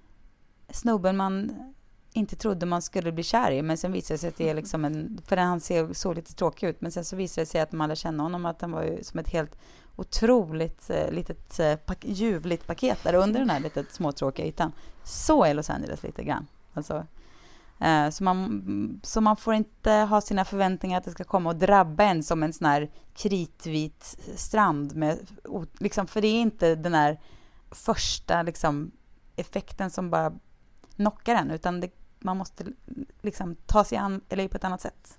S3: snubben man inte trodde man skulle bli kär i, men sen visade det sig att det är liksom en, för han ser så lite tråkig ut, men sen så visade det sig att man lär känna honom, att han var ju som ett helt otroligt uh, litet uh, pak- ljuvligt paket där under den här lite småtråkiga ytan. Så är Los Angeles lite grann. Alltså, uh, så, man, så man får inte ha sina förväntningar att det ska komma och drabba en som en sån här kritvit strand med, liksom, för det är inte den här första liksom effekten som bara knockar en, utan det, man måste liksom ta sig an L A på ett annat sätt.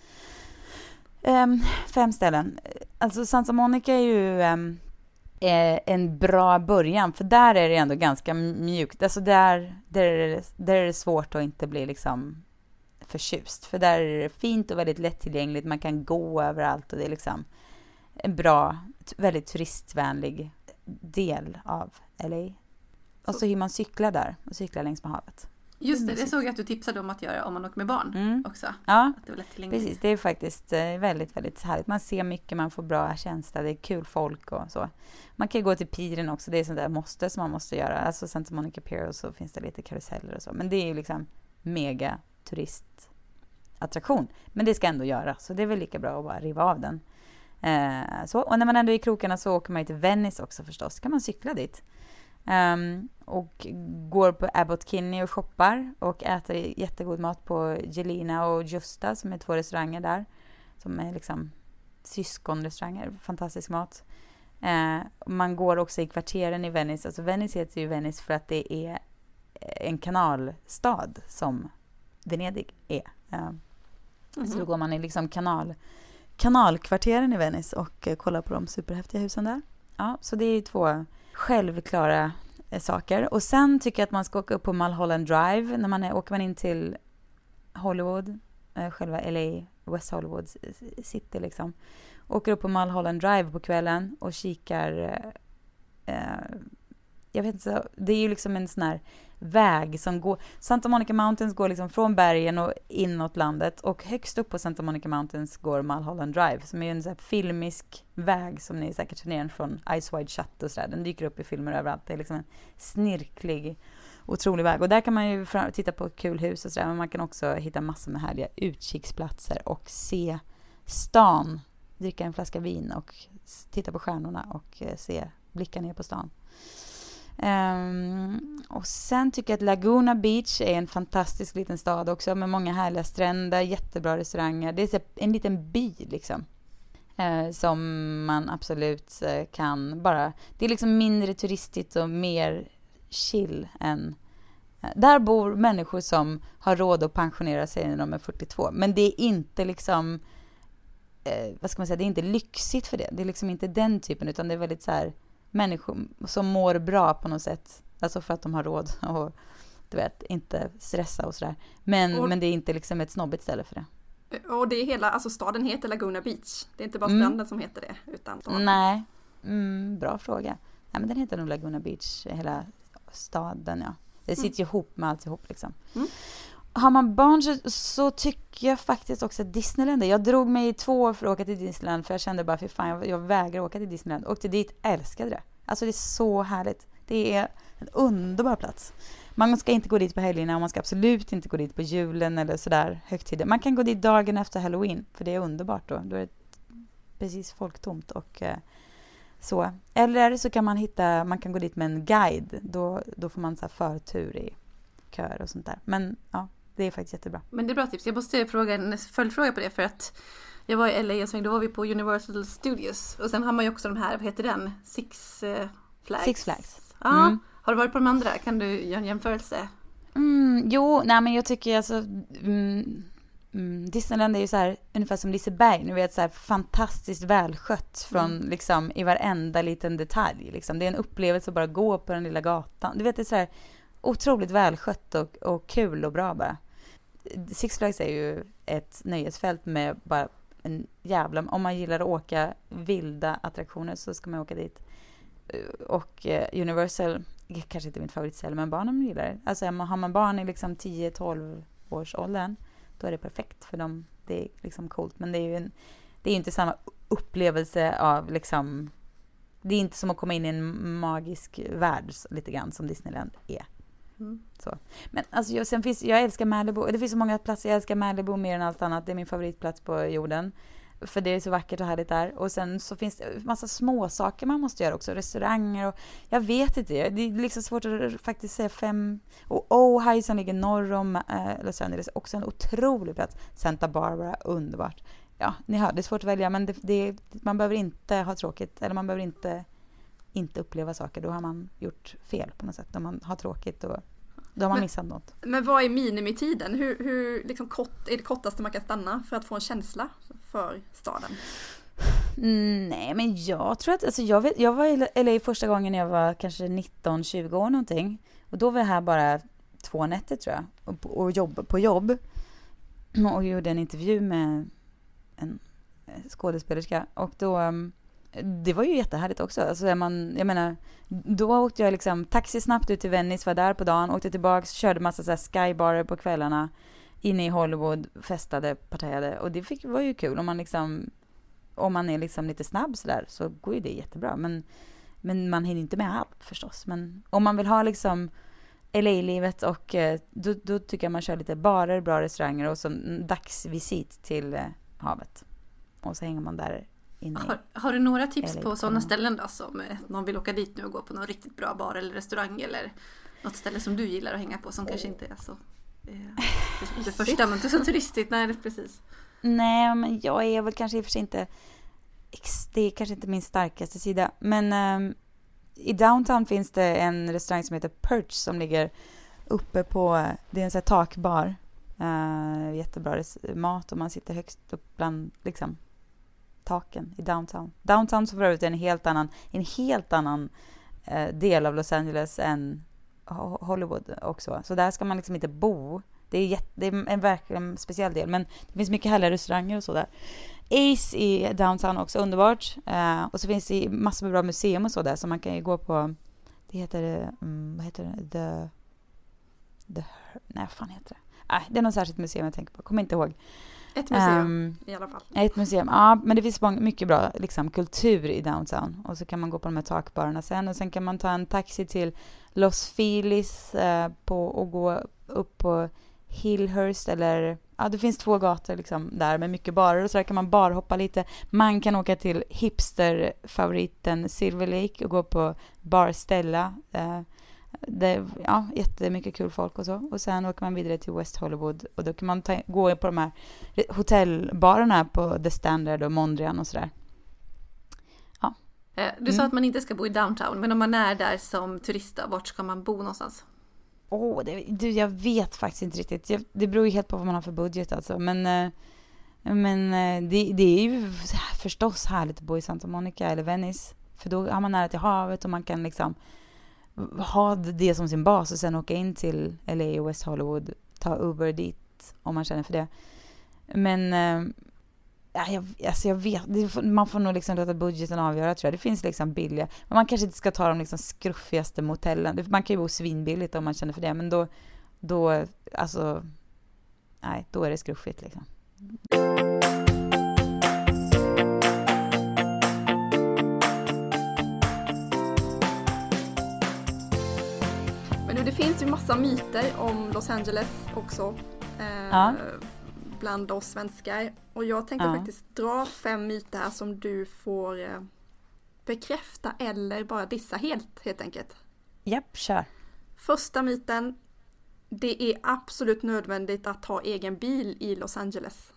S3: Um, fem ställen. Alltså Santa Monica är ju um, är en bra början, för där är det ändå ganska mjukt. Alltså där, där, är det, där är det svårt att inte bli liksom förtjust, för där är det fint och väldigt lättillgängligt. Man kan gå överallt och det är liksom en bra, väldigt turistvänlig del av L A. Och så hur man cyklar där och cyklar längs med havet.
S1: Just det, det såg jag att du tipsade om att göra om man åker med barn mm. också.
S3: Ja,
S1: att det var lättillgängligt.
S3: Precis. Det är faktiskt väldigt, väldigt härligt. Man ser mycket, man får bra känsla, det är kul folk och så. Man kan gå till piren också, det är sånt där måste som man måste göra. Alltså Santa Monica Pier, och så finns det lite karuseller och så. Men det är ju liksom mega turistattraktion. Men det ska ändå göra, så det är väl lika bra att bara riva av den. Eh, så. Och när man ändå är i krokarna så åker man ju till Venice också förstås. Kan man cykla dit. Um, och går på Abbot Kinney och shoppar och äter jättegod mat på Jelina och Justa som är två restauranger där. Som är liksom syskonrestauranger, fantastisk mat. Uh, man går också i kvarteren i Venice. Alltså Venice heter ju Venice för att det är en kanalstad som Venedig är. Uh, mm-hmm. Så då går man i liksom kanal, kanalkvarteren i Venice och uh, kollar på de superhäftiga husen där. Ja, så det är ju två självklara uh, saker. Och sen tycker jag att man ska åka upp på Mulholland Drive. När man är, åker man in till Hollywood, uh, själva L A, West Hollywood city liksom. Åker upp på Mulholland Drive på kvällen och kikar... Uh, uh, jag vet inte, det är ju liksom en sån här väg som går... Santa Monica Mountains går liksom från bergen och inåt landet. Och högst upp på Santa Monica Mountains går Mulholland Drive. Som är en sån här filmisk väg som ni säkert känner igen från Eyes Wide Shut och sådär. Den dyker upp i filmer överallt. Det är liksom en snirklig, otrolig väg. Och där kan man ju fram- titta på kul hus och sådär. Men man kan också hitta massor med härliga utkiksplatser och se stan. Dricka en flaska vin och titta på stjärnorna och se, blicka ner på stan. Um, och sen tycker jag att Laguna Beach är en fantastisk liten stad också med många härliga stränder, jättebra restauranger. Det är en liten by liksom uh, som man absolut uh, kan bara... Det är liksom mindre turistigt och mer chill än... Uh, där bor människor som har råd att pensionera sig när de är fyrtiotvå. Men det är inte liksom... Uh, vad ska man säga? Det är inte lyxigt för det. Det är liksom inte den typen utan det är väldigt så här... människor som mår bra på något sätt. Alltså för att de har råd och du vet, inte stressa och sådär. Men, och, men det är inte liksom ett snobbigt ställe för det.
S2: Och det är hela, alltså staden heter Laguna Beach. Det är inte bara stranden mm. som heter det. Utan staden.
S3: Nej, mm, bra fråga. Nej, men den heter nog Laguna Beach, hela staden, ja. Det sitter ju mm. ihop med allt ihop liksom. Mm. Har man barn så, så tycker jag faktiskt också att Disneyland är. Jag drog mig i två år för att åka till Disneyland för jag kände bara, för fan, jag, jag vägrar åka till Disneyland. Åkte dit, älskade det. Alltså det är så härligt. Det är en underbar plats. Man ska inte gå dit på helgerna och man ska absolut inte gå dit på julen eller sådär högtider. Man kan gå dit dagen efter Halloween för det är underbart då. Då är det precis folktomt och eh, så. Eller så kan man hitta, man kan gå dit med en guide. Då, då får man så här förtur i kör och sånt där. Men ja. Det är faktiskt jättebra.
S1: Men det är bra tips. Jag måste fråga en följdfråga på det för att jag var i L A och så då var vi på Universal Studios och sen har man ju också de här, vad heter den? Six uh, Flags.
S3: Six Flags.
S1: Ja. Mm. Har du varit på de andra? Kan du göra en jämförelse?
S3: Mm, jo, nej men jag tycker alltså mm, mm, Disneyland är ju så här ungefär som Liseberg. Nu vet så här fantastiskt välskött från mm. liksom i varenda liten detalj liksom. Det är en upplevelse att bara gå på den lilla gatan. Du vet det är så här otroligt välskött och, och kul och bra bara. Six Flags är ju ett nöjesfält med bara en jävla... Om man gillar att åka vilda attraktioner så ska man åka dit. Och Universal, kanske inte mitt favoritställe, men barnen gillar det. Alltså har man barn i liksom tio tolv års åldern, då är det perfekt för dem. Det är liksom coolt, men det är ju en, det är inte samma upplevelse av liksom... Det är inte som att komma in i en magisk värld lite grann som Disneyland är. Mm. Så. Men alltså jag, sen finns, jag älskar Malibu. Det finns så många platser. Jag älskar Malibu mer än allt annat. Det är min favoritplats på jorden. För det är så vackert och härligt där. Och sen så finns det massa små saker man måste göra också. Restauranger och jag vet inte. Det är liksom svårt att faktiskt säga fem. Och Ojai som ligger norr om äh, Los Angeles. Också en otrolig plats. Santa Barbara, underbart. Ja, ni hör, det är svårt att välja. Men det, det, man behöver inte ha tråkigt. Eller man behöver inte inte uppleva saker, då har man gjort fel på något sätt. Om man har tråkigt och då har man men, missat något.
S2: Men vad är minimitiden? Hur, hur liksom kort, är det kortaste man kan stanna för att få en känsla för staden?
S3: Mm, nej, men jag tror att, alltså jag, vet, jag var i L A första gången när jag var kanske nitton tjugo år någonting. Och då var jag här bara två nätter tror jag. Och, och jobb, på jobb. Och gjorde en intervju med en skådespelerska. Och då... Det var ju jättehärligt också. Alltså man, jag menar, då åkte jag liksom taxi snabbt ut till Venice, var där på dagen, åkte tillbaka, körde massa så här skybarer på kvällarna, inne i Hollywood, festade, partajade. Och det fick, var ju kul. Om man liksom, om man är liksom lite snabb så där, så går ju det jättebra. Men, men man hinner inte med allt förstås. Men om man vill ha liksom L A-livet och då, då tycker jag man kör lite barer, bra restauranger och så en dagsvisit till havet. Och så hänger man där inne i.
S1: Har, har du några tips
S3: L A
S1: på sådana
S3: Common.
S1: ställen då, som eh, någon vill åka dit nu och gå på någon riktigt bra bar eller restaurang, eller något ställe som du gillar att hänga på som oh. kanske inte är så eh, det, det första, men inte så turistigt? Nej, det är precis.
S3: Nej, men jag är väl kanske i och för sig inte, det är kanske inte min starkaste sida, men um, i downtown finns det en restaurang som heter Perch som ligger uppe på, det är en sån här takbar, uh, jättebra mat och man sitter högst upp bland liksom taken i downtown. Downtown så för övrigt är en helt annan, en helt annan uh, del av Los Angeles än Hollywood också, så där ska man liksom inte bo. Det är, jätte, det är en verkligen speciell del, men det finns mycket härliga restauranger och så där. Ace i downtown också, underbart. Uh, och så finns det massor med bra museum och så där, så man kan ju gå på, det heter, um, vad heter det? The, the, nej, vad fan heter det? Uh, det är något särskilt museum jag tänker på, kommer inte ihåg.
S2: Ett museum
S3: um,
S2: i alla fall.
S3: Ett museum, ja, men det finns mycket bra liksom, kultur i downtown. Och så kan man gå på de här takbarerna sen. Och sen kan man ta en taxi till Los Feliz uh, på, och gå upp på Hillhurst, eller ja, det finns två gator liksom där med mycket barer, och så där kan man bara hoppa lite. Man kan åka till hipsterfavoriten Silver Lake och gå på Bar Stella. Eh, det är ja, jättemycket kul folk och så. Och sen åker man vidare till West Hollywood och då kan man ta, gå på de här hotellbarerna på The Standard och Mondrian och sådär. Ja.
S1: Eh, du sa
S3: Mm.
S1: att man inte ska bo i downtown, men om man är där som turist, vart ska man bo någonstans?
S3: Åh, oh, du, jag vet faktiskt inte riktigt. Jag, det beror ju helt på vad man har för budget alltså. Men, eh, men eh, det, det är ju förstås härligt att bo i Santa Monica eller Venice. För då har man nära till havet och man kan liksom ha det som sin bas och sen åka in till L A och West Hollywood. Ta Uber dit om man känner för det. Men eh, ja, jag, alltså jag vet, det, man får nog liksom låta budgeten avgöra, tror jag. Det finns liksom billiga, men man kanske inte ska ta de liksom skruffigaste motellen. Man kan ju bo svinbilligt om man känner för det, men då, då alltså, nej, då är det skruffigt liksom.
S2: Men nu, det finns ju massa myter om Los Angeles också. Eh,
S3: Ja.
S2: Bland oss svenskar. Och jag tänkte
S3: Ja.
S2: faktiskt dra fem myter här som du får eh, bekräfta eller bara dissa helt, helt enkelt.
S3: Japp, kör.
S2: Första myten. Det är absolut nödvändigt att ha egen bil i Los Angeles.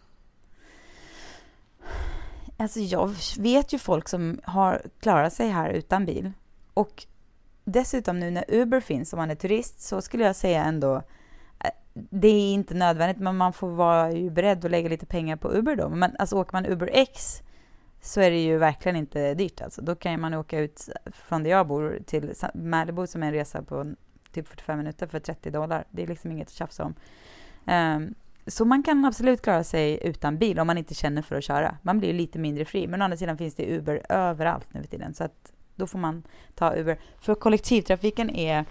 S3: Alltså jag vet ju folk som har klarat sig här utan bil. Och dessutom nu när Uber finns, om man är turist, så skulle jag säga ändå, det är inte nödvändigt, men man får vara ju beredd att lägga lite pengar på Uber då. Men alltså åker man Uber X så är det ju verkligen inte dyrt alltså. Då kan man åka ut från där jag bor till Malibu som är en resa på typ fyrtiofem minuter för trettio dollar. Det är liksom inget att tjafsa om. Um, så man kan absolut klara sig utan bil om man inte känner för att köra. Man blir ju lite mindre fri. Men å andra sidan finns det Uber överallt nu för tiden. Så att då får man ta Uber. För kollektivtrafiken är...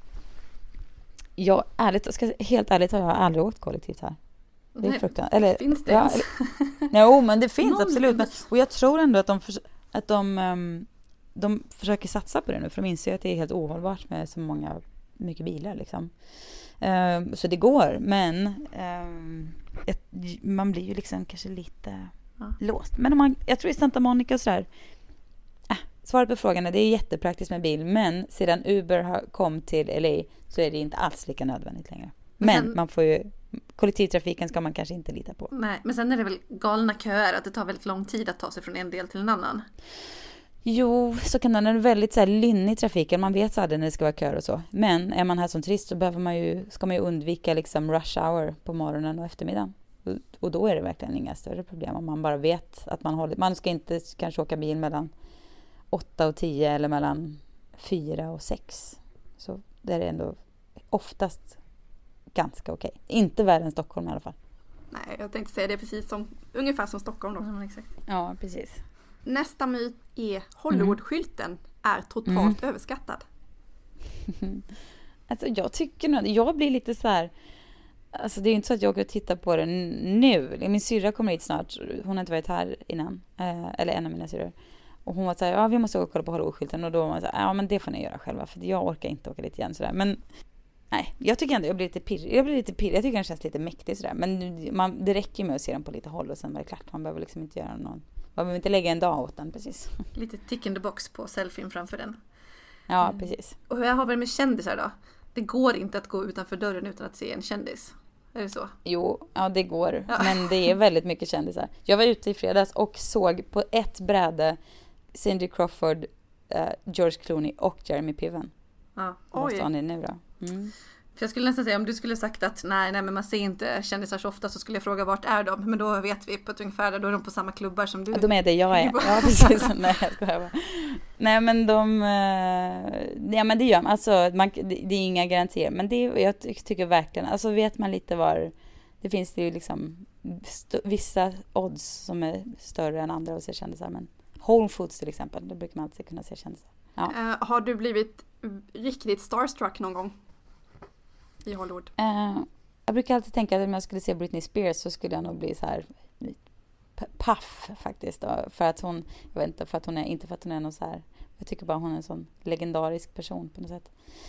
S3: Jag, ärligt, ska, helt ärligt har jag aldrig åkt kollektivt här. Det är fruktansvärt. Eller,
S1: finns det
S3: ja,
S1: ens?
S3: eller, jo, men det finns
S1: Någon
S3: absolut. Men,
S1: finns.
S3: och jag tror ändå att de, för, att de, um, de försöker satsa på det nu. För de inser att det är helt ohållbart med så många mycket bilar. Liksom. Um, så det går. Men um, ett, man blir ju liksom kanske lite
S1: Ja.
S3: låst. Men om man, jag tror i Santa Monica och sådär. Äh, svaret på frågan är det är jättepraktiskt med bil. Men sedan Uber har kom till L A så är det inte alls lika nödvändigt längre. Men
S1: sen-
S3: man får ju, kollektivtrafiken ska man kanske inte lita på.
S1: Nej, men sen är det väl galna köer, att det tar väldigt lång tid att ta sig från en del till en annan.
S3: Jo, så kan den, den är väldigt så här lynnig trafiken. Man vet aldrig när det ska vara köer och så. Men är man här som turist så behöver man ju, ska man ju undvika liksom rush hour på morgonen och eftermiddagen. Och, och då är det verkligen inga större problem om man bara vet att man håller. Man ska inte kanske åka bil mellan åtta och tio eller mellan fyra och sex. Så det är ändå oftast ganska okej. Inte värre än Stockholm i alla fall.
S2: Nej, jag tänkte säga det precis som, ungefär som Stockholm då.
S1: Ja, men exakt.
S3: Ja, precis.
S2: Nästa myt är Hollywood-skylten är totalt
S3: Mm.
S2: överskattad.
S3: Alltså jag tycker nog, jag blir lite så här, alltså det är ju inte så att jag åker och tittar på det nu. Min syrra kommer hit snart, hon har inte varit här innan, eh, eller en av mina syrror. Och hon var så här, ja vi måste åka och kolla på Hollywood-skylten. Och då var man så här, ja men det får ni göra själva, för jag orkar inte åka dit igen sådär. Men nej, jag tycker ändå, jag blir lite pirrig, jag blir lite pirrig, jag tycker den känns lite mäktig sådär. Men man, det räcker med att se den på lite håll och sen var det klart. Man behöver liksom inte göra någon Man behöver inte lägga en dag åt den, precis.
S1: Lite tick in the box på selfien framför den.
S3: Ja,
S1: Mm.
S3: precis.
S1: Och hur har vi det med kändisar då? Det går inte att gå utanför dörren utan att se en kändis. Är det så?
S3: Jo, ja det går.
S1: Ja.
S3: Men det är väldigt mycket kändisar. Jag var ute i fredags och såg på ett bräde Cindy Crawford, uh, George Clooney och Jeremy Piven.
S1: Ja.
S3: Vad
S2: Oj.
S3: sa ni nu då? Mm.
S1: För jag skulle nästan säga, om du skulle sagt att nej, nej men man ser inte kändisar så ofta, så skulle jag fråga vart är de? Men då vet vi på ett ungefär där, då är de på samma klubbar som du.
S3: Ja, de är det jag är. Ja, precis. Nej, jag skojar bara. Nej, men de... eh, Ja, men det gör man. Alltså, man, det, det är inga garantier. Men det, jag ty- tycker verkligen... Alltså, vet man lite var... Det finns det ju liksom st- vissa odds som är större än andra att se kändisar. Men Whole Foods till exempel, då brukar man alltid kunna se kändisar. Ja.
S2: Eh, har du blivit riktigt starstruck någon gång? I Hollywood?
S3: Eh, jag brukar alltid tänka att om jag skulle se Britney Spears så skulle jag nog bli så här p- paff faktiskt då, för att hon, jag vet inte, för att hon är, inte för att hon är någon så här, jag tycker bara hon är en sån legendarisk person på något sätt.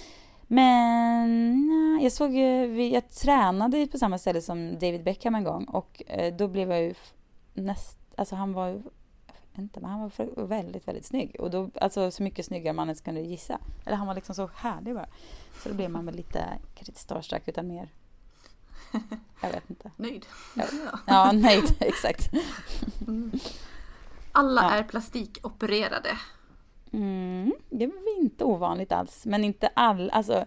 S3: Men nej, jag såg ju, vi- jag tränade ju på samma ställe som David Beckham en gång och eh, då blev jag ju f- näst, alltså han var ju, jag vet inte, men han var för- väldigt, väldigt snygg. Och då, alltså så mycket snyggare man ens kunde gissa. Eller han var liksom så härlig bara. Så då blev man väl lite, kanske inte starstruck utan mer, jag vet inte.
S1: Nöjd.
S3: Ja.
S1: Ja.
S3: Ja, nej, exakt.
S1: Mm. Alla
S3: Ja.
S1: är plastikopererade.
S3: Mm, det var inte ovanligt alls. Men inte all, alltså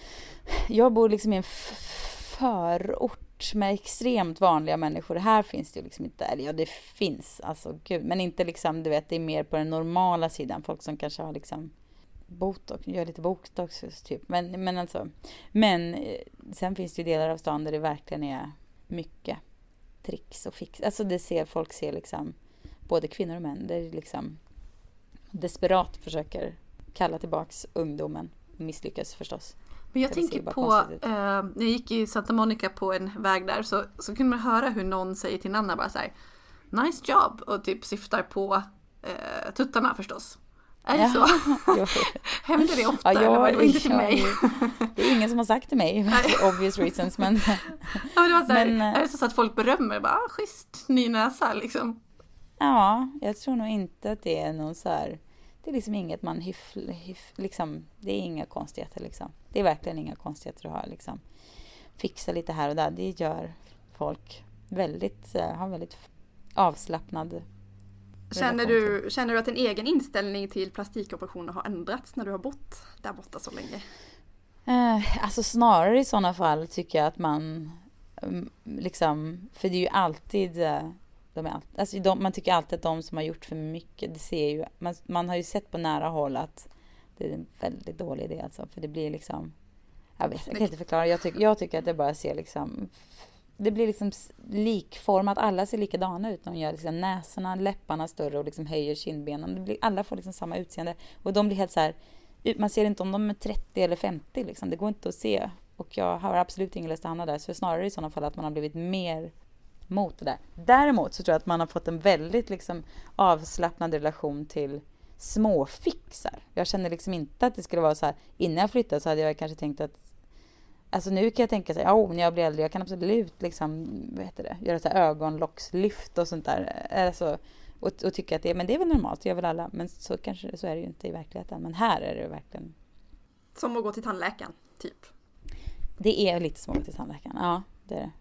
S3: jag bor liksom i en f- förort med extremt vanliga människor. Här finns det ju liksom inte, eller ja det finns, alltså gud, men inte liksom, du vet, det är mer på den normala sidan. Folk som kanske har liksom botox, gör lite botox typ. Men, men alltså, men eh, sen finns det ju delar av stan där det verkligen är mycket tricks och fix. Alltså det ser, folk ser liksom, både kvinnor och män, det är liksom desperat försöker kalla tillbaks ungdomen. Misslyckas förstås.
S1: Men jag
S3: Det ser
S1: tänker
S3: bara
S1: på,
S3: konstigt ut.
S1: eh, när jag gick i Santa Monica på en väg där, så, så kunde man höra hur någon säger till en annan bara så här: nice job, och typ syftar på eh, tuttarna förstås. Är det så?
S3: Jo.
S1: Händer det ofta?
S3: Ja,
S1: eller var
S3: jag,
S1: det var inte till
S3: jag,
S1: mig?
S3: Det är ingen som har sagt till mig, for obvious reasons, men
S1: Ja, men det var så här,
S3: men,
S1: är det så att folk berömmer? Bara, ah, schysst, ny näsa liksom.
S3: ja, jag tror nog inte att det är någon så här, det är liksom inget man hyff, hyff liksom, det är inga konstigheter liksom. Det är verkligen inga konstigheter att ha liksom. Fixa lite här och där, det gör folk väldigt, eh, har väldigt avslappnad.
S2: Känner du, känner du att din egen inställning till plastikoperationer har ändrats när du har bott där borta så länge?
S3: Eh, alltså snarare i sådana fall tycker jag att man um, liksom, för det är ju alltid eh, de är alltid, alltså de, man tycker alltid att de som har gjort för mycket, det ser ju, man, man har ju sett på nära håll att det är en väldigt dålig idé alltså, för det blir liksom, jag vet, jag kan inte förklara, jag, tyck, jag tycker att det bara ser liksom, det blir liksom likformat, alla ser likadana ut, de gör liksom näsorna, läpparna större och liksom höjer kindbenen, det blir, alla får liksom samma utseende och de blir helt så här, man ser inte om de är trettio eller femtio liksom, det går inte att se, och jag har absolut ingen lust att hamna där, så snarare i sådana fall att man har blivit mer mot det där. Däremot så tror jag att man har fått en väldigt liksom avslappnad relation till småfixar. Jag känner liksom inte att det skulle vara så här, innan jag flyttade så hade jag kanske tänkt att, alltså nu kan jag tänka så här, ja, när jag blir äldre, jag kan absolut liksom, vad heter det, göra så här ögonlockslyft och sånt där, alltså, och, och tycka att det, men det är väl normalt, det gör väl alla, men så kanske, så är det ju inte i verkligheten, men här är det verkligen.
S2: Som att gå till tandläkaren, typ.
S3: Det är lite små till tandläkaren, ja, det är det.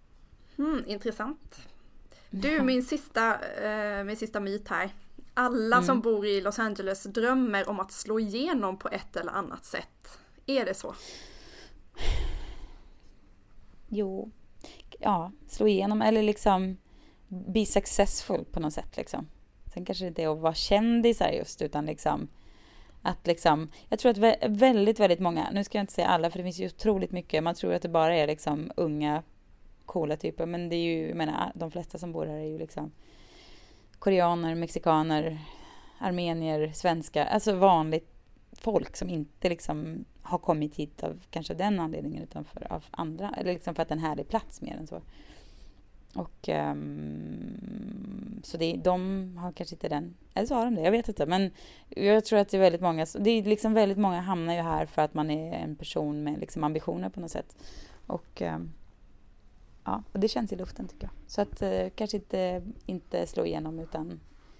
S2: Mm, intressant. Du, min sista, eh, min sista myt här. Alla
S3: Mm.
S2: som bor i Los Angeles drömmer om att slå igenom på ett eller annat sätt. Är det så?
S3: Jo, ja, slå igenom eller liksom be successful på något sätt liksom. Sen kanske det inte är att vara kändisar just, utan liksom att liksom, jag tror att vä- väldigt, väldigt många, nu ska jag inte säga alla för det finns ju otroligt mycket, man tror att det bara är liksom unga coola typer, men det är ju, jag menar, de flesta som bor här är ju liksom koreaner, mexikaner, armenier, svenskar, alltså vanligt folk som inte liksom har kommit hit av kanske den anledningen utan för av andra, eller liksom för att den här är plats mer än så. Och um, så det, de har kanske inte den, eller så har de det, jag vet inte, men jag tror att det är väldigt många, det är liksom väldigt många hamnar ju här för att man är en person med liksom ambitioner på något sätt. Och um, ja, och det känns i luften tycker jag. Så att uh, kanske inte, inte slå igenom utan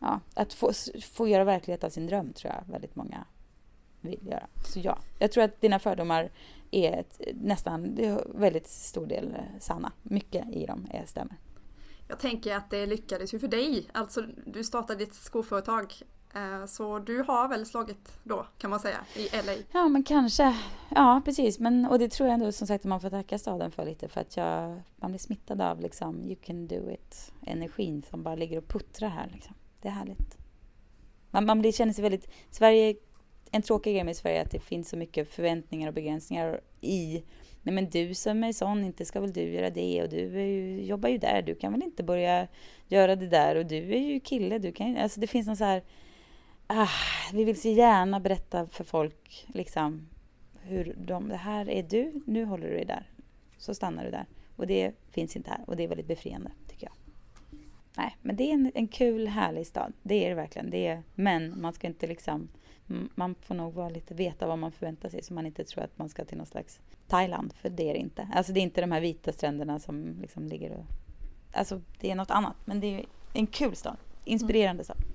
S3: ja, att få, få göra verklighet av sin dröm tror jag väldigt många vill göra. Så ja, jag tror att dina fördomar är ett, nästan det är väldigt stor del sanna. Mycket i dem är, stämmer.
S2: Jag tänker att det lyckades ju för dig. Alltså du startade ditt skoföretag. Så du har väl slagit då kan man säga i L A.
S3: Ja men kanske. Ja precis. Men, och det tror jag ändå som sagt att man får tacka staden för lite. För att jag, man blir smittad av liksom you can do it energin som bara ligger och puttrar här. Liksom. Det är härligt. Man, man blir, känner sig väldigt... Sverige, en tråkig grej med Sverige är att det finns så mycket förväntningar och begränsningar i... Nej men du som är sån, inte ska väl du göra det och du är ju, jobbar ju där. Du kan väl inte börja göra det där och du är ju kille. Du kan, alltså det finns någon så här... Ah, vi vill så gärna berätta för folk liksom hur de, det här är du, nu håller du dig där. Så stannar du där. Och det finns inte här. Och det är väldigt befriande tycker jag. Nej, men det är en, en kul, härlig stad. Det är det verkligen. Det är, men man ska inte liksom, man får nog vara lite, veta vad man förväntar sig. Så man inte tror att man ska till någon slags Thailand. För det är det inte. Alltså det är inte de här vita stränderna som liksom ligger och, alltså det är något annat. Men det är en kul stad. Inspirerande stad.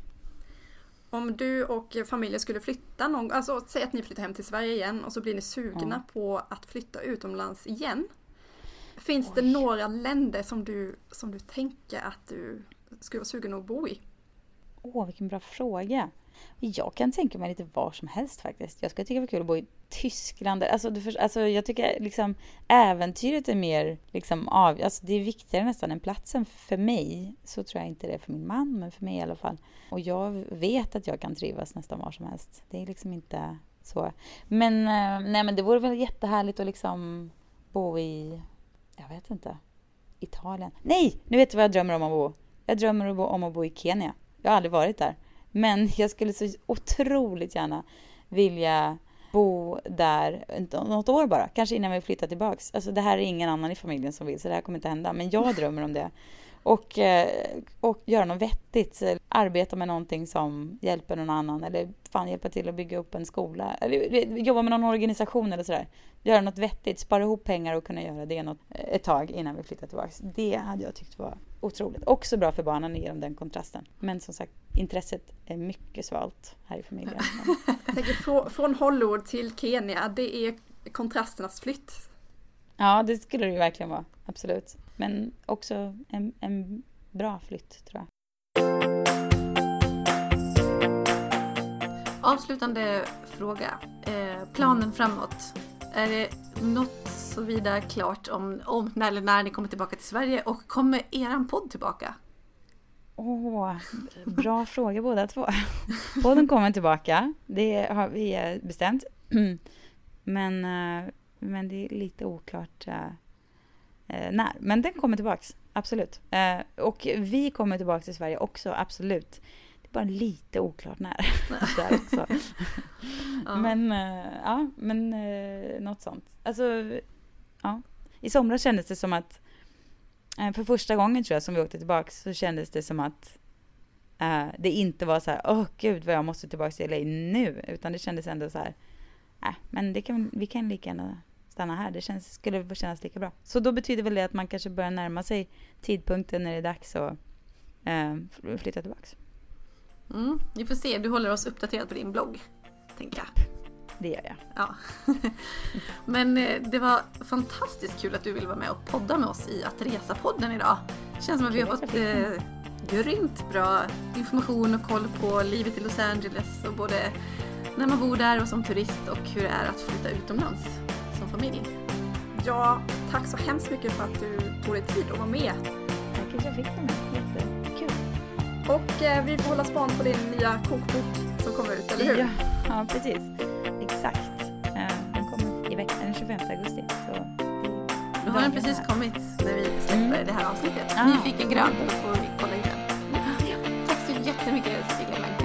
S2: Om du och familjen skulle flytta någon, alltså säg att ni flyttar hem till Sverige igen och så blir ni sugna ja. på att flytta utomlands igen. Finns Oj. det några länder som du, som du tänker att du skulle vara sugen att bo i?
S3: Åh, vilken bra fråga. Jag kan tänka mig lite var som helst faktiskt. Jag skulle tycka det var kul att bo i Tyskland. Alltså, du för, alltså jag tycker liksom äventyret är mer liksom av, alltså det är viktigare nästan än platsen för mig. Så tror jag inte det är för min man, men för mig i alla fall. Och jag vet att jag kan trivas nästan var som helst. Det är liksom inte så. Men nej, men det vore väl jättehärligt att liksom bo i, jag vet inte, Italien. Nej, nu vet du vad jag drömmer om att bo. Jag drömmer om att bo i Kenya. Jag har aldrig varit där. Men jag skulle så otroligt gärna vilja bo där något år bara. Kanske innan vi flyttar tillbaks. Alltså det här är ingen annan i familjen som vill. Så det här kommer inte hända. Men jag drömmer om det. Och, och göra något vettigt. Arbeta med någonting som hjälper någon annan. Eller fan hjälpa till att bygga upp en skola. Eller jobba med någon organisation eller sådär. Göra något vettigt. Spara ihop pengar och kunna göra det något, ett tag innan vi flyttar tillbaks. Det hade jag tyckt var otroligt. Också bra för barnen att ge dem den kontrasten. Men som sagt, intresset är mycket svalt här i familjen.
S2: Jag tänker från, från Hollywood till Kenya, det är kontrasternas flytt.
S3: Ja, det skulle det ju verkligen vara. Absolut. Men också en, en bra flytt, tror jag.
S1: Avslutande fråga. Eh, planen mm. framåt. Är det något så vidare klart om, om när eller när ni kommer tillbaka till Sverige? Och kommer eran podd tillbaka?
S3: Åh, bra fråga båda två. Podden kommer tillbaka. Det har vi bestämt. Men, men det är lite oklart när. Men den kommer tillbaks, absolut. Och vi kommer tillbaka till Sverige också, absolut. Det är bara lite oklart när. Där också. Ja. Men, ja, men något sånt. Alltså, ja. I somras kändes det som att för första gången tror jag som vi åkte tillbaka så kändes det som att uh, det inte var så här, åh oh, gud vad jag måste tillbaka till L A nu. Utan det kändes ändå så här, nej, äh, men det kan, vi kan lika gärna stanna här. Det känns, skulle kännas lika bra. Så då betyder väl det att man kanske börjar närma sig tidpunkten när det är dags att uh, flytta tillbaka.
S1: Mm, vi får se, du håller oss uppdaterad på din blogg, tänker jag.
S3: Det gör jag.
S1: Ja. Men det var fantastiskt kul att du ville vara med och podda med oss i Att Resa-podden idag. Det känns som att vi har fått eh, grymt bra information och koll på livet i Los Angeles och både när man bor där och som turist och hur det är att flytta utomlands som familj.
S2: Ja, tack så hemskt mycket för att du tog dig tid att vara med.
S3: Tack att jag fick vara med. Jättekul.
S2: Och eh, vi får hålla span på din nya kokbok som kommer ut, eller hur?
S3: Ja, ja precis. Exakt. Den kommer i veckan den tjugofemte augusti. Så
S1: då har den precis kommit när vi släpper mm. det här avsnittet. Ah. Nyfiken grön, då får vi kolla in den. Ja. Tack så jättemycket, Sigrid.